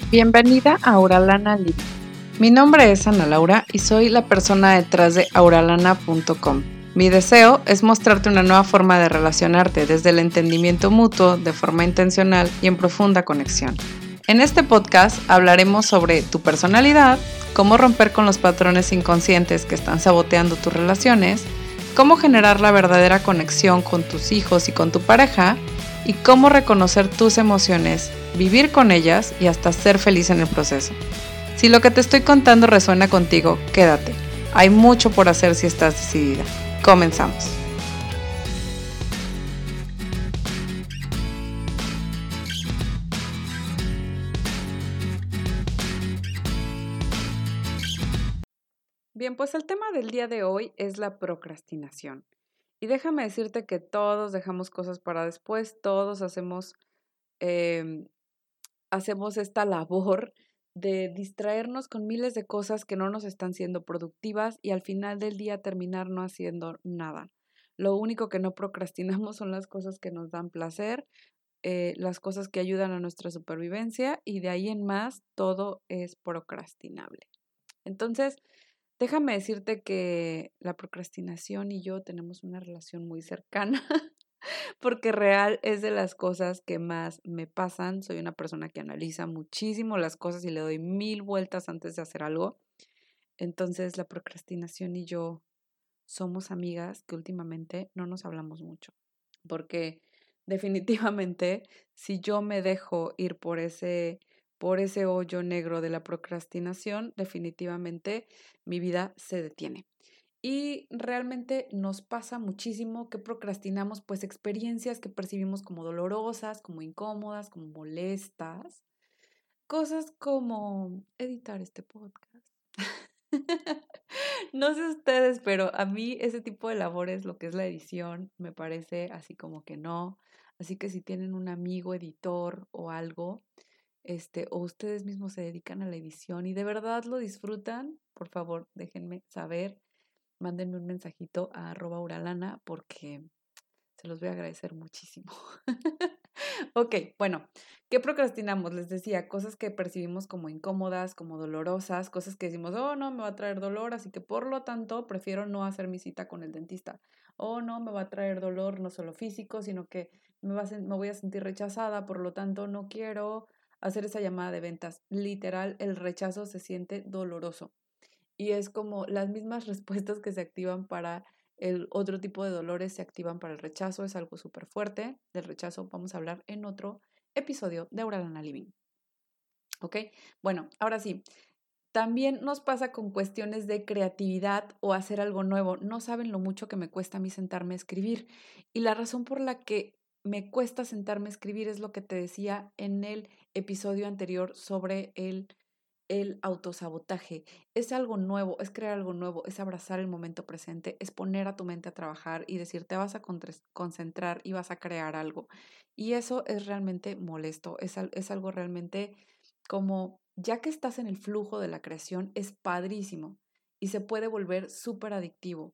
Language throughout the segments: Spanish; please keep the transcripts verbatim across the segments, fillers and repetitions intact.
Bienvenida a Auralana Living. Mi nombre es Ana Laura y soy la persona detrás de auralana punto com. Mi deseo es mostrarte una nueva forma de relacionarte desde el entendimiento mutuo, de forma intencional y en profunda conexión. En este podcast hablaremos sobre tu personalidad, cómo romper con los patrones inconscientes que están saboteando tus relaciones, cómo generar la verdadera conexión con tus hijos y con tu pareja, y cómo reconocer tus emociones, vivir con ellas y hasta ser feliz en el proceso. Si lo que te estoy contando resuena contigo, quédate. Hay mucho por hacer si estás decidida. Comenzamos. Bien, pues el tema del día de hoy es la procrastinación. Y déjame decirte que todos dejamos cosas para después, todos hacemos, eh, hacemos esta labor de distraernos con miles de cosas que no nos están siendo productivas y al final del día terminar no haciendo nada. Lo único que no procrastinamos son las cosas que nos dan placer, eh, las cosas que ayudan a nuestra supervivencia y de ahí en más todo es procrastinable. Entonces, déjame decirte que la procrastinación y yo tenemos una relación muy cercana porque real es de las cosas que más me pasan. Soy una persona que analiza muchísimo las cosas y le doy mil vueltas antes de hacer algo. Entonces, la procrastinación y yo somos amigas que últimamente no nos hablamos mucho, porque definitivamente si yo me dejo ir por ese por ese hoyo negro de la procrastinación, definitivamente mi vida se detiene. Y realmente nos pasa muchísimo que procrastinamos pues experiencias que percibimos como dolorosas, como incómodas, como molestas, cosas como editar este podcast. No sé ustedes, pero a mí ese tipo de labores, lo que es la edición, me parece así como que no. Así que si tienen un amigo editor o algo, este, o ustedes mismos se dedican a la edición y de verdad lo disfrutan, por favor, déjenme saber, mándenme un mensajito a arroba uralana porque se los voy a agradecer muchísimo. Ok, bueno, ¿qué procrastinamos? Les decía, cosas que percibimos como incómodas, como dolorosas, cosas que decimos, oh, no, me va a traer dolor, así que por lo tanto prefiero no hacer mi cita con el dentista. O no, me va a traer dolor no solo físico, sino que me, va a sen- me voy a sentir rechazada, por lo tanto no quiero hacer esa llamada de ventas. Literal, el rechazo se siente doloroso. Y es como las mismas respuestas que se activan para el otro tipo de dolores se activan para el rechazo, es algo súper fuerte. Del rechazo vamos a hablar en otro episodio de Auralana Living. ¿Ok? Bueno, ahora sí, también nos pasa con cuestiones de creatividad o hacer algo nuevo. No saben lo mucho que me cuesta a mí sentarme a escribir. Y la razón por la que me cuesta sentarme a escribir es lo que te decía en el episodio anterior sobre el el autosabotaje. Es algo nuevo, es crear algo nuevo, es abrazar el momento presente, es poner a tu mente a trabajar y decir, te vas a concentrar y vas a crear algo. Y eso es realmente molesto, es, es algo realmente como, ya que estás en el flujo de la creación, es padrísimo y se puede volver súper adictivo.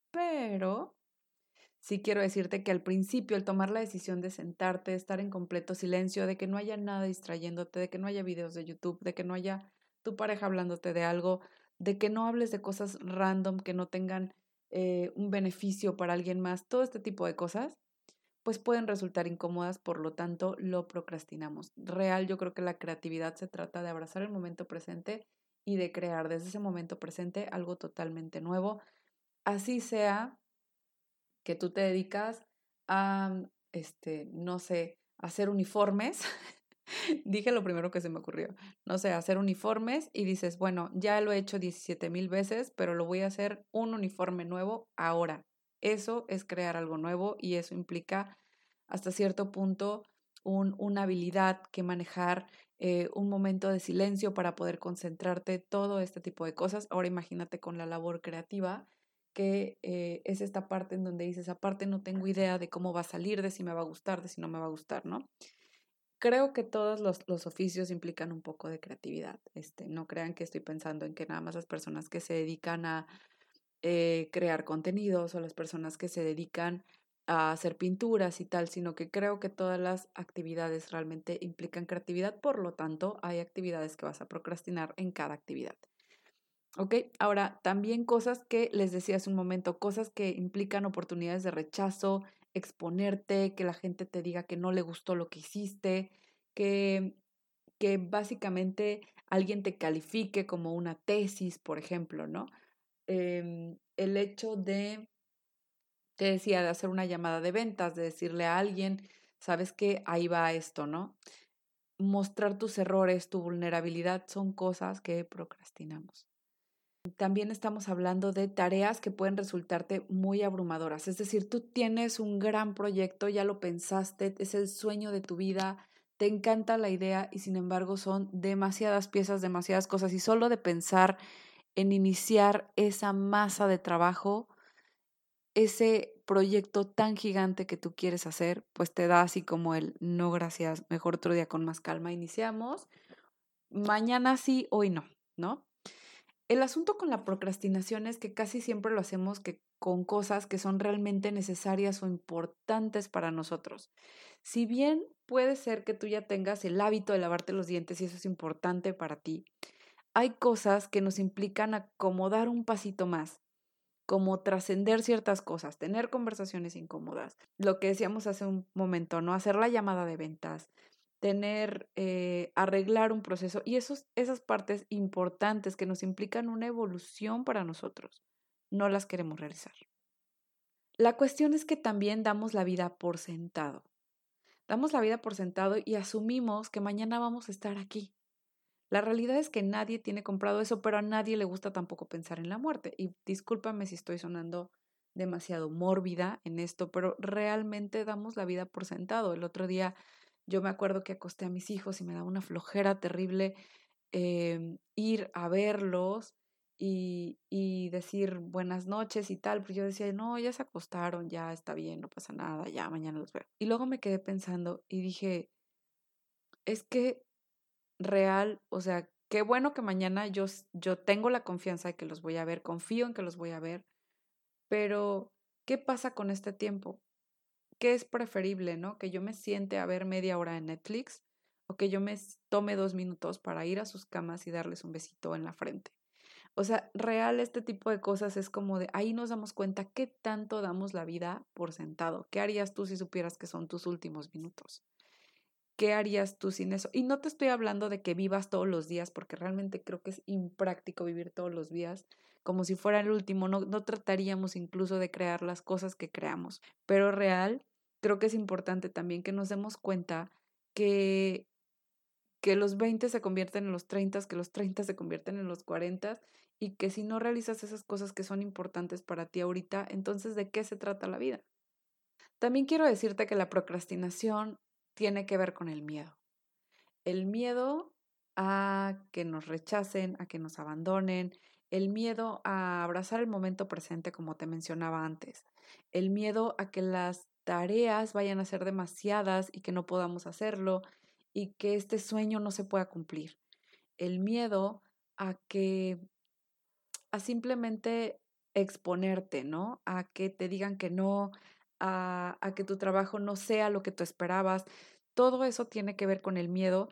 Pero sí quiero decirte que al principio el tomar la decisión de sentarte, de estar en completo silencio, de que no haya nada distrayéndote, de que no haya videos de YouTube, de que no haya tu pareja hablándote de algo, de que no hables de cosas random que no tengan eh, un beneficio para alguien más, todo este tipo de cosas, pues pueden resultar incómodas, por lo tanto lo procrastinamos. Real, yo creo que la creatividad se trata de abrazar el momento presente y de crear desde ese momento presente algo totalmente nuevo, así sea que tú te dedicas a, este, no sé, hacer uniformes. Dije lo primero que se me ocurrió. No sé, hacer uniformes y dices, bueno, ya lo he hecho diecisiete mil veces, pero lo voy a hacer un uniforme nuevo ahora. Eso es crear algo nuevo y eso implica hasta cierto punto un, una habilidad que manejar, eh, un momento de silencio para poder concentrarte, todo este tipo de cosas. Ahora imagínate con la labor creativa que eh, es esta parte en donde dices, aparte no tengo idea de cómo va a salir, de si me va a gustar, de si no me va a gustar, ¿no? Creo que todos los, los oficios implican un poco de creatividad. Este, no crean que estoy pensando en que nada más las personas que se dedican a eh, crear contenidos o las personas que se dedican a hacer pinturas y tal, sino que creo que todas las actividades realmente implican creatividad, por lo tanto, hay actividades que vas a procrastinar en cada actividad. ¿Ok? Ahora, también cosas que les decía hace un momento, cosas que implican oportunidades de rechazo, exponerte, que la gente te diga que no le gustó lo que hiciste, que, que básicamente alguien te califique como una tesis, por ejemplo, ¿no? Em, el hecho de, te decía, de hacer una llamada de ventas, de decirle a alguien, sabes que ahí va esto, ¿no? Mostrar tus errores, tu vulnerabilidad, son cosas que procrastinamos. También estamos hablando de tareas que pueden resultarte muy abrumadoras. Es decir, tú tienes un gran proyecto, ya lo pensaste, es el sueño de tu vida, te encanta la idea y sin embargo son demasiadas piezas, demasiadas cosas y solo de pensar en iniciar esa masa de trabajo, ese proyecto tan gigante que tú quieres hacer, pues te da así como el no gracias, mejor otro día con más calma iniciamos, mañana sí, hoy no, ¿no? El asunto con la procrastinación es que casi siempre lo hacemos que con cosas que son realmente necesarias o importantes para nosotros. Si bien puede ser que tú ya tengas el hábito de lavarte los dientes y eso es importante para ti, hay cosas que nos implican acomodar un pasito más, como trascender ciertas cosas, tener conversaciones incómodas, lo que decíamos hace un momento, ¿no? Hacer la llamada de ventas, tener, eh, arreglar un proceso y esos, esas partes importantes que nos implican una evolución para nosotros, no las queremos realizar. La cuestión es que también damos la vida por sentado. Damos la vida por sentado y asumimos que mañana vamos a estar aquí. La realidad es que nadie tiene comprado eso, pero a nadie le gusta tampoco pensar en la muerte. Y discúlpame si estoy sonando demasiado mórbida en esto, pero realmente damos la vida por sentado. El otro día yo me acuerdo que acosté a mis hijos y me daba una flojera terrible eh, ir a verlos y, y decir buenas noches y tal, pero yo decía, no, ya se acostaron, ya está bien, no pasa nada, ya mañana los veo. Y luego me quedé pensando y dije, es que real, o sea, qué bueno que mañana yo, s- yo tengo la confianza de que los voy a ver, confío en que los voy a ver, pero ¿qué pasa con este tiempo? ¿Qué es preferible, no? Que yo me siente a ver media hora en Netflix o que yo me s- tome dos minutos para ir a sus camas y darles un besito en la frente. O sea, real este tipo de cosas es como de ahí nos damos cuenta qué tanto damos la vida por sentado. ¿Qué harías tú si supieras que son tus últimos minutos? ¿Qué harías tú sin eso? Y no te estoy hablando de que vivas todos los días, porque realmente creo que es impráctico vivir todos los días como si fuera el último. No, no trataríamos incluso de crear las cosas que creamos. Pero real, creo que es importante también que nos demos cuenta que, que los veinte se convierten en los treinta, que los treinta se convierten en los cuarenta y que si no realizas esas cosas que son importantes para ti ahorita, entonces ¿de qué se trata la vida? También quiero decirte que la procrastinación tiene que ver con el miedo. El miedo a que nos rechacen, a que nos abandonen, el miedo a abrazar el momento presente, como te mencionaba antes, el miedo a que las tareas vayan a ser demasiadas y que no podamos hacerlo y que este sueño no se pueda cumplir, el miedo a que, a simplemente exponerte, ¿no? A que te digan que no, a, a que tu trabajo no sea lo que tú esperabas. Todo eso tiene que ver con el miedo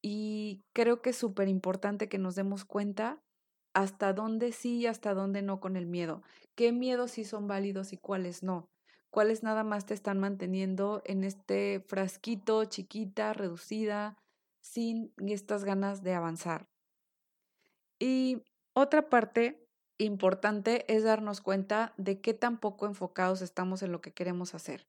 y creo que es súper importante que nos demos cuenta hasta dónde sí y hasta dónde no con el miedo. ¿Qué miedos sí son válidos y cuáles no? ¿Cuáles nada más te están manteniendo en este frasquito chiquita, reducida, sin estas ganas de avanzar? Y otra parte importante es darnos cuenta de qué tan poco enfocados estamos en lo que queremos hacer.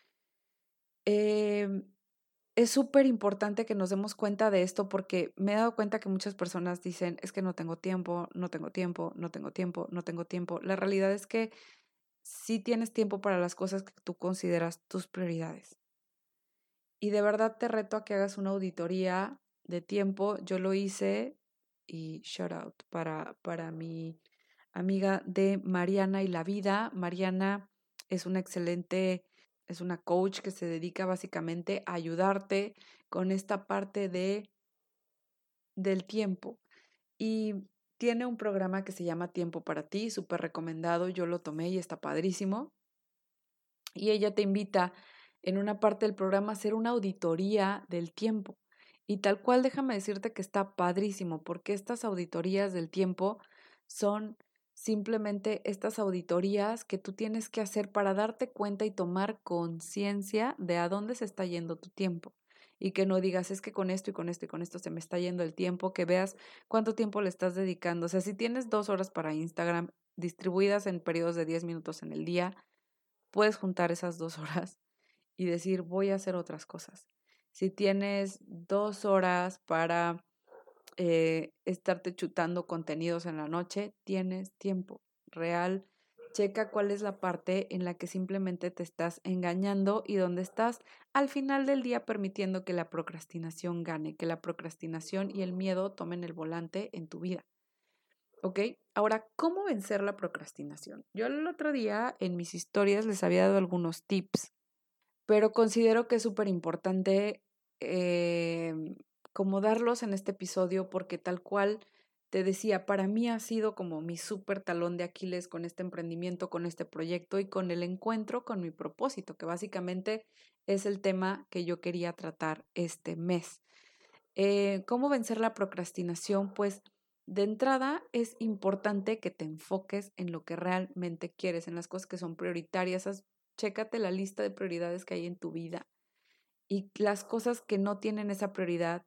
Em, es súper importante que nos demos cuenta de esto porque me he dado cuenta que muchas personas dicen, es que no tengo tiempo, no tengo tiempo, no tengo tiempo, no tengo tiempo. La realidad es que sí tienes tiempo para las cosas que tú consideras tus prioridades. Y de verdad te reto a que hagas una auditoría de tiempo. Yo lo hice y shout out para, para mi amiga de Mariana y la vida. Mariana es una excelente, es una coach que se dedica básicamente a ayudarte con esta parte de, del tiempo. Y tiene un programa que se llama Tiempo para ti, súper recomendado. Yo lo tomé y está padrísimo. y ella te invita en una parte del programa a hacer una auditoría del tiempo. Y tal cual, déjame decirte que está padrísimo, porque estas auditorías del tiempo son simplemente estas auditorías que tú tienes que hacer para darte cuenta y tomar conciencia de a dónde se está yendo tu tiempo. Y que no digas, es que con esto y con esto y con esto se me está yendo el tiempo, que veas cuánto tiempo le estás dedicando. O sea, si tienes dos horas para Instagram distribuidas en periodos de diez minutos en el día, puedes juntar esas dos horas y decir, voy a hacer otras cosas. Si tienes dos horas para eh, estarte chutando contenidos en la noche, tienes tiempo real. Checa cuál es la parte en la que simplemente te estás engañando y donde estás al final del día permitiendo que la procrastinación gane, que la procrastinación y el miedo tomen el volante en tu vida. ¿Ok? Ahora, ¿cómo vencer la procrastinación? Yo el otro día en mis historias les había dado algunos tips, pero considero que es súper importante eh, como darlos en este episodio porque tal cual te decía, para mí ha sido como mi súper talón de Aquiles con este emprendimiento, con este proyecto y con el encuentro con mi propósito, que básicamente es el tema que yo quería tratar este mes. Eh, ¿Cómo vencer la procrastinación? Pues de entrada es importante que te enfoques en lo que realmente quieres, en las cosas que son prioritarias. Haz- Chécate la lista de prioridades que hay en tu vida y las cosas que no tienen esa prioridad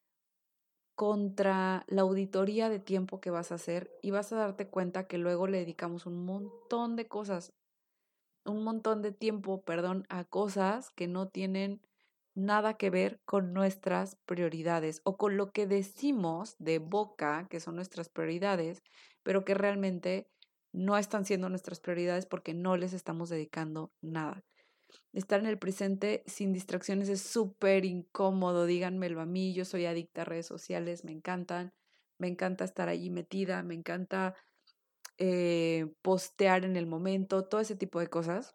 contra la auditoría de tiempo que vas a hacer y vas a darte cuenta que luego le dedicamos un montón de cosas, un montón de tiempo, perdón, a cosas que no tienen nada que ver con nuestras prioridades o con lo que decimos de boca que son nuestras prioridades, pero que realmente no están siendo nuestras prioridades porque no les estamos dedicando nada. Estar en el presente sin distracciones es súper incómodo, díganmelo a mí, yo soy adicta a redes sociales, me encantan, me encanta estar allí metida, me encanta eh, postear en el momento, todo ese tipo de cosas.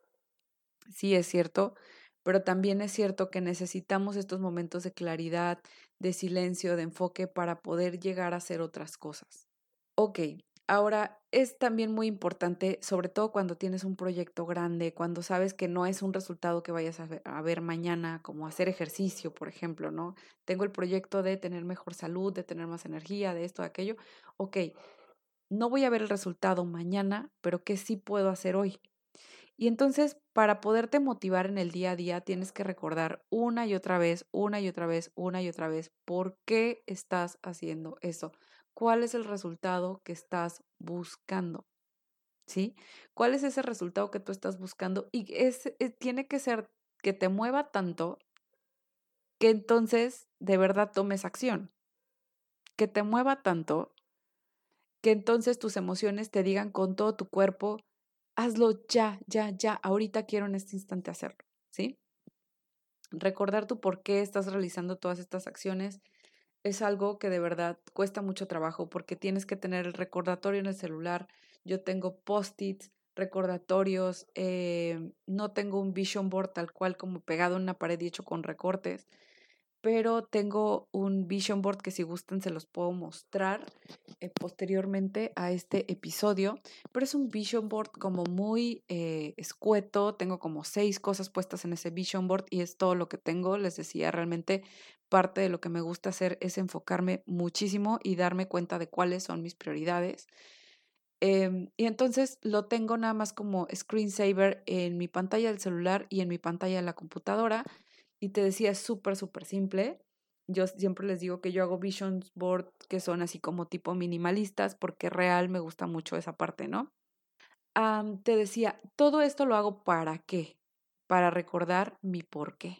Sí, es cierto, pero también es cierto que necesitamos estos momentos de claridad, de silencio, de enfoque para poder llegar a hacer otras cosas. Ok, ahora es también muy importante, sobre todo cuando tienes un proyecto grande, cuando sabes que no es un resultado que vayas a ver, a ver mañana, como hacer ejercicio, por ejemplo, ¿no? Tengo el proyecto de tener mejor salud, de tener más energía, de esto, de aquello. Ok, no voy a ver el resultado mañana, pero ¿qué sí puedo hacer hoy? Y entonces, para poderte motivar en el día a día, tienes que recordar una y otra vez, una y otra vez, una y otra vez, ¿por qué estás haciendo eso? ¿Cuál es el resultado que estás buscando? ¿Sí? ¿Cuál es ese resultado que tú estás buscando? Y es, es- tiene que ser que te mueva tanto que entonces de verdad tomes acción, que te mueva tanto que entonces tus emociones te digan con todo tu cuerpo, hazlo ya, ya, ya, ahorita quiero en este instante hacerlo, ¿sí? Recordar tu por qué estás realizando todas estas acciones es algo que de verdad cuesta mucho trabajo porque tienes que tener el recordatorio en el celular. Yo tengo post-its, recordatorios, eh, no tengo un vision board tal cual como pegado en una pared y hecho con recortes, pero tengo un vision board que si gustan se los puedo mostrar eh, posteriormente a este episodio, pero es un vision board como muy eh, escueto, tengo como seis cosas puestas en ese vision board y es todo lo que tengo, les decía, realmente parte de lo que me gusta hacer es enfocarme muchísimo y darme cuenta de cuáles son mis prioridades. Em, y entonces lo tengo nada más como screensaver en mi pantalla del celular y en mi pantalla de la computadora. Y te decía, es súper, súper simple. Yo siempre les digo que yo hago vision board que son así como tipo minimalistas porque real me gusta mucho esa parte, ¿no? Am, te decía, todo esto lo hago para qué? Para recordar mi por qué.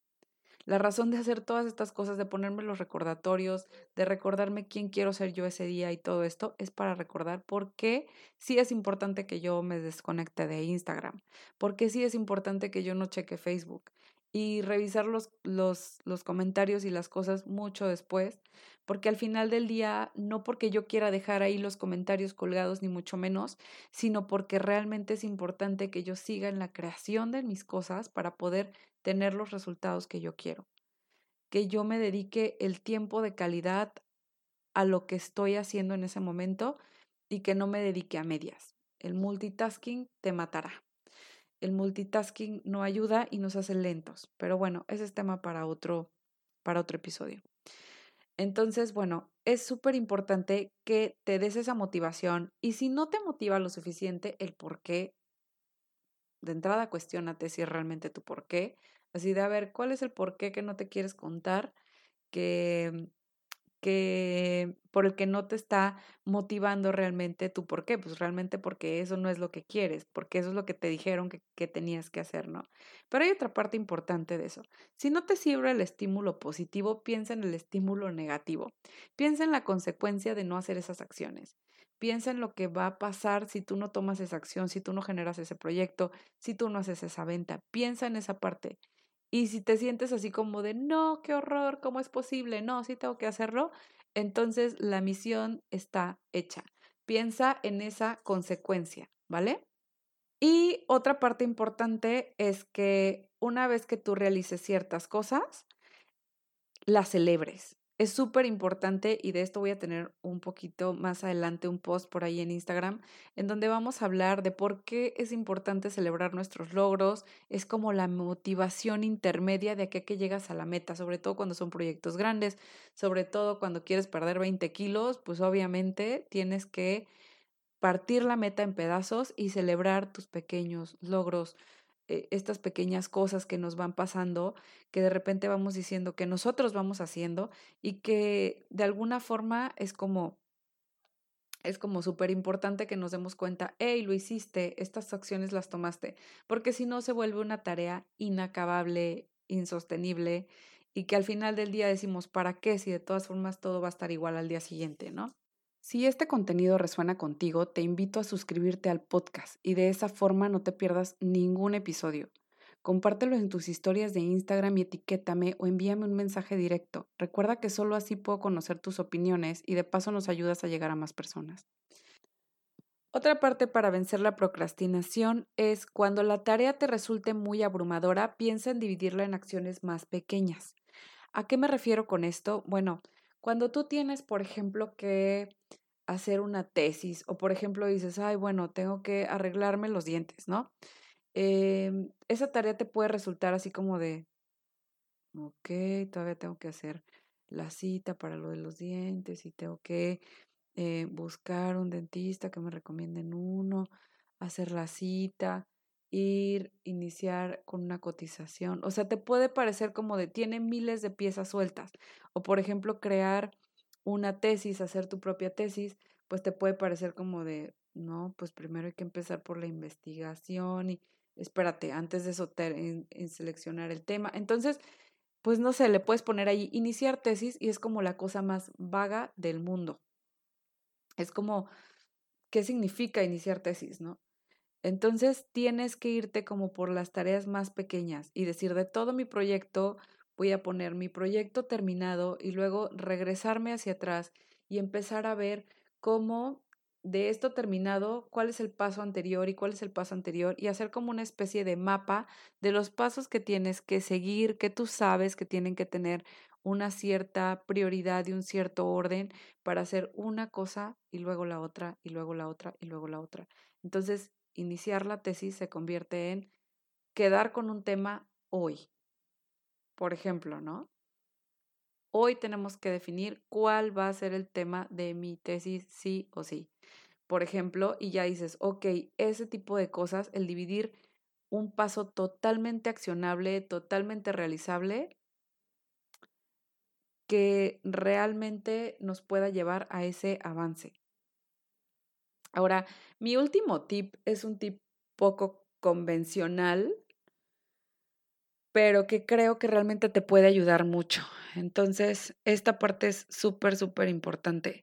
La razón de hacer todas estas cosas, de ponerme los recordatorios, de recordarme quién quiero ser yo ese día y todo esto, es para recordar por qué sí es importante que yo me desconecte de Instagram, por qué sí es importante que yo no cheque Facebook y revisar los, los, los comentarios y las cosas mucho después, porque al final del día, no porque yo quiera dejar ahí los comentarios colgados, ni mucho menos, sino porque realmente es importante que yo siga en la creación de mis cosas para poder tener los resultados que yo quiero, que yo me dedique el tiempo de calidad a lo que estoy haciendo en ese momento y que no me dedique a medias. El multitasking te matará. el multitasking no ayuda y nos hace lentos. Pero bueno, ese es tema para otro, para otro episodio. Entonces, bueno, es súper importante que te des esa motivación y si no te motiva lo suficiente, el por qué, de entrada cuestiónate si es realmente tu por qué. Así de, a ver, ¿cuál es el por qué que no te quieres contar? Que que por el que no te está motivando realmente tu por qué, pues realmente porque eso no es lo que quieres, porque eso es lo que te dijeron que, que tenías que hacer, ¿no? Pero hay otra parte importante de eso. Si no te sirve el estímulo positivo, piensa en el estímulo negativo. Piensa en la consecuencia de no hacer esas acciones. Piensa en lo que va a pasar si tú no tomas esa acción, si tú no generas ese proyecto, si tú no haces esa venta. Piensa en esa parte. Y si te sientes así como de, no, qué horror, ¿cómo es posible? No, sí tengo que hacerlo. Entonces la misión está hecha. Piensa en esa consecuencia, ¿vale? Y otra parte importante es que una vez que tú realices ciertas cosas, las celebres. Es súper importante y de esto voy a tener un poquito más adelante un post por ahí en Instagram en donde vamos a hablar de por qué es importante celebrar nuestros logros. Es como la motivación intermedia de aquí a que llegas a la meta, sobre todo cuando son proyectos grandes, sobre todo cuando quieres perder veinte kilos, pues obviamente tienes que partir la meta en pedazos y celebrar tus pequeños logros, eh, estas pequeñas cosas que nos van pasando, que de repente vamos diciendo que nosotros vamos haciendo y que de alguna forma es como, es como súper importante que nos demos cuenta, hey, lo hiciste, estas acciones las tomaste, porque si no se vuelve una tarea inacabable, insostenible y que al final del día decimos, ¿para qué? Si de todas formas todo va a estar igual al día siguiente, ¿no? Si este contenido resuena contigo, te invito a suscribirte al podcast y de esa forma no te pierdas ningún episodio. Compártelo en tus historias de Instagram y etiquétame o envíame un mensaje directo. Recuerda que solo así puedo conocer tus opiniones y de paso nos ayudas a llegar a más personas. Otra parte para vencer la procrastinación es cuando la tarea te resulte muy abrumadora, piensa en dividirla en acciones más pequeñas. ¿A qué me refiero con esto? Bueno, cuando tú tienes, por ejemplo, que hacer una tesis o, por ejemplo, dices, ay, bueno, tengo que arreglarme los dientes, ¿no? Em, esa tarea te puede resultar así como de, ok, todavía tengo que hacer la cita para lo de los dientes y tengo que eh, buscar un dentista que me recomienden uno, hacer la cita, ir, iniciar con una cotización. O sea, te puede parecer como de, tiene miles de piezas sueltas. O, por ejemplo, crear una tesis, hacer tu propia tesis, pues te puede parecer como de, no, pues primero hay que empezar por la investigación y espérate, antes de eso, te- en, en seleccionar el tema. Entonces, pues no sé, le puedes poner ahí iniciar tesis y es como la cosa más vaga del mundo. Es como, ¿qué significa iniciar tesis, no? Entonces tienes que irte como por las tareas más pequeñas y decir, de todo mi proyecto, voy a poner mi proyecto terminado y luego regresarme hacia atrás y empezar a ver cómo de esto terminado, cuál es el paso anterior y cuál es el paso anterior y hacer como una especie de mapa de los pasos que tienes que seguir, que tú sabes que tienen que tener una cierta prioridad y un cierto orden para hacer una cosa y luego la otra y luego la otra y luego la otra. Entonces, iniciar la tesis se convierte en quedar con un tema hoy. Por ejemplo, ¿no? Hoy tenemos que definir cuál va a ser el tema de mi tesis, sí o sí. Por ejemplo, y ya dices, ok, ese tipo de cosas, el dividir un paso totalmente accionable, totalmente realizable, que realmente nos pueda llevar a ese avance. Ahora, mi último tip es un tip poco convencional, pero que creo que realmente te puede ayudar mucho. Entonces, esta parte es súper, súper importante.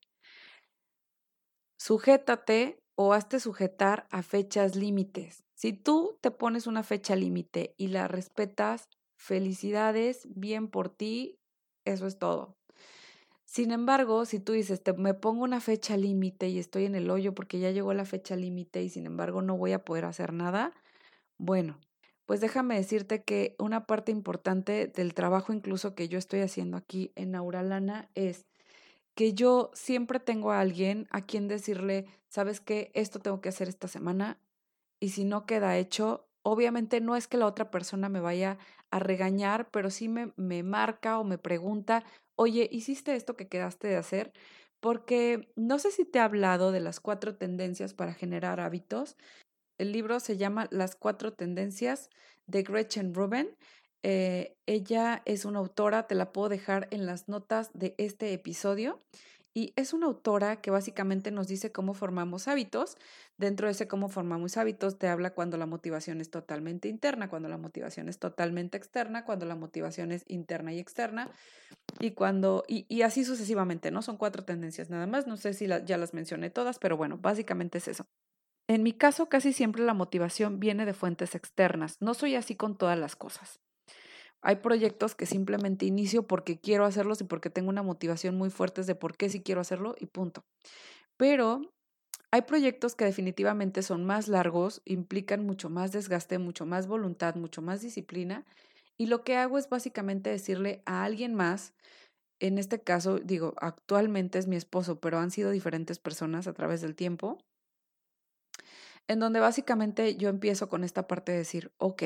Sujétate o hazte sujetar a fechas límites. Si tú te pones una fecha límite y la respetas, felicidades, bien por ti, eso es todo. Sin embargo, si tú dices, te, me pongo una fecha límite y estoy en el hoyo porque ya llegó la fecha límite y sin embargo no voy a poder hacer nada, bueno, pues déjame decirte que una parte importante del trabajo incluso que yo estoy haciendo aquí en Auralana es que yo siempre tengo a alguien a quien decirle, ¿sabes qué? Esto tengo que hacer esta semana y si no queda hecho, obviamente no es que la otra persona me vaya a regañar, pero sí me, me marca o me pregunta, oye, ¿hiciste esto que quedaste de hacer? Porque no sé si te he hablado de las cuatro tendencias para generar hábitos. El libro se llama Las cuatro tendencias de Gretchen Rubin. Eh, ella es una autora, te la puedo dejar en las notas de este episodio. Y es una autora que básicamente nos dice cómo formamos hábitos. Dentro de ese cómo formamos hábitos te habla cuando la motivación es totalmente interna, cuando la motivación es totalmente externa, cuando la motivación es interna y externa y cuando y, y así sucesivamente, ¿no? Son cuatro tendencias nada más. No sé si la, ya las mencioné todas, pero bueno, básicamente es eso. En mi caso, casi siempre la motivación viene de fuentes externas. No soy así con todas las cosas. Hay proyectos que simplemente inicio porque quiero hacerlos y porque tengo una motivación muy fuerte de por qué sí quiero hacerlo y punto. Pero hay proyectos que definitivamente son más largos, implican mucho más desgaste, mucho más voluntad, mucho más disciplina. Y lo que hago es básicamente decirle a alguien más, en este caso, digo, actualmente es mi esposo, pero han sido diferentes personas a través del tiempo, en donde básicamente yo empiezo con esta parte de decir, ok,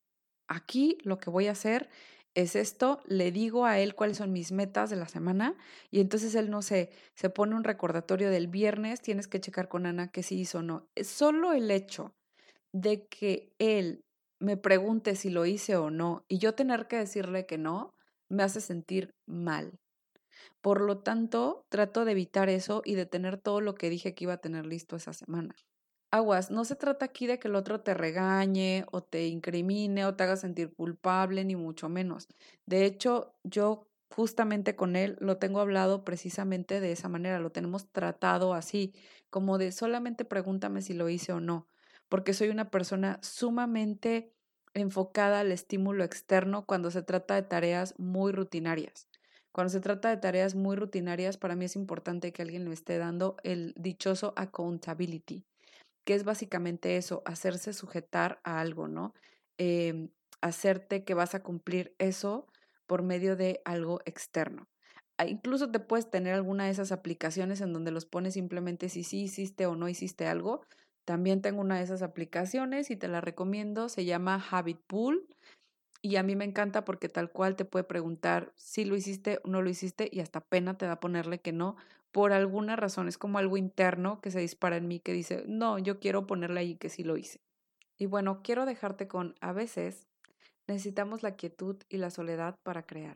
aquí lo que voy a hacer es esto, le digo a él cuáles son mis metas de la semana y entonces él no sé, se pone un recordatorio del viernes, tienes que checar con Ana que sí hizo o no. Es solo el hecho de que él me pregunte si lo hice o no y yo tener que decirle que no, me hace sentir mal. Por lo tanto, trato de evitar eso y de tener todo lo que dije que iba a tener listo esa semana. Aguas, no se trata aquí de que el otro te regañe o te incrimine o te haga sentir culpable, ni mucho menos. De hecho, yo justamente con él lo tengo hablado precisamente de esa manera, lo tenemos tratado así, como de solamente pregúntame si lo hice o no, porque soy una persona sumamente enfocada al estímulo externo cuando se trata de tareas muy rutinarias. Cuando se trata de tareas muy rutinarias, para mí es importante que alguien me esté dando el dichoso accountability, que es básicamente eso, hacerse sujetar a algo, ¿no? Em, hacerte que vas a cumplir eso por medio de algo externo. Ah, incluso te puedes tener alguna de esas aplicaciones en donde los pones simplemente si sí hiciste o no hiciste algo. También tengo una de esas aplicaciones y te la recomiendo, se llama Habit Pool y a mí me encanta porque tal cual te puede preguntar si lo hiciste o no lo hiciste y hasta pena te da ponerle que no por alguna razón. Es como algo interno que se dispara en mí que dice, no, yo quiero ponerle ahí que sí lo hice. Y bueno, quiero dejarte con, a veces necesitamos la quietud y la soledad para crear.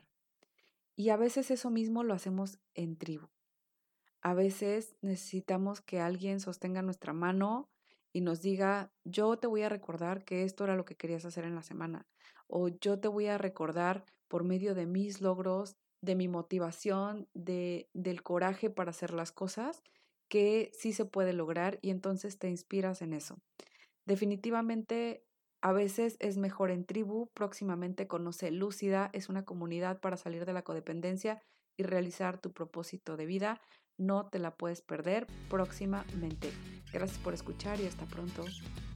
Y a veces eso mismo lo hacemos en tribu. A veces necesitamos que alguien sostenga nuestra mano y nos diga, yo te voy a recordar que esto era lo que querías hacer en la semana. O yo te voy a recordar por medio de mis logros, de mi motivación, de, del coraje para hacer las cosas, que sí se puede lograr y entonces te inspiras en eso. Definitivamente, a veces es mejor en tribu. Próximamente conoce Lúcida, es una comunidad para salir de la codependencia y realizar tu propósito de vida. No te la puedes perder próximamente. Gracias por escuchar y hasta pronto.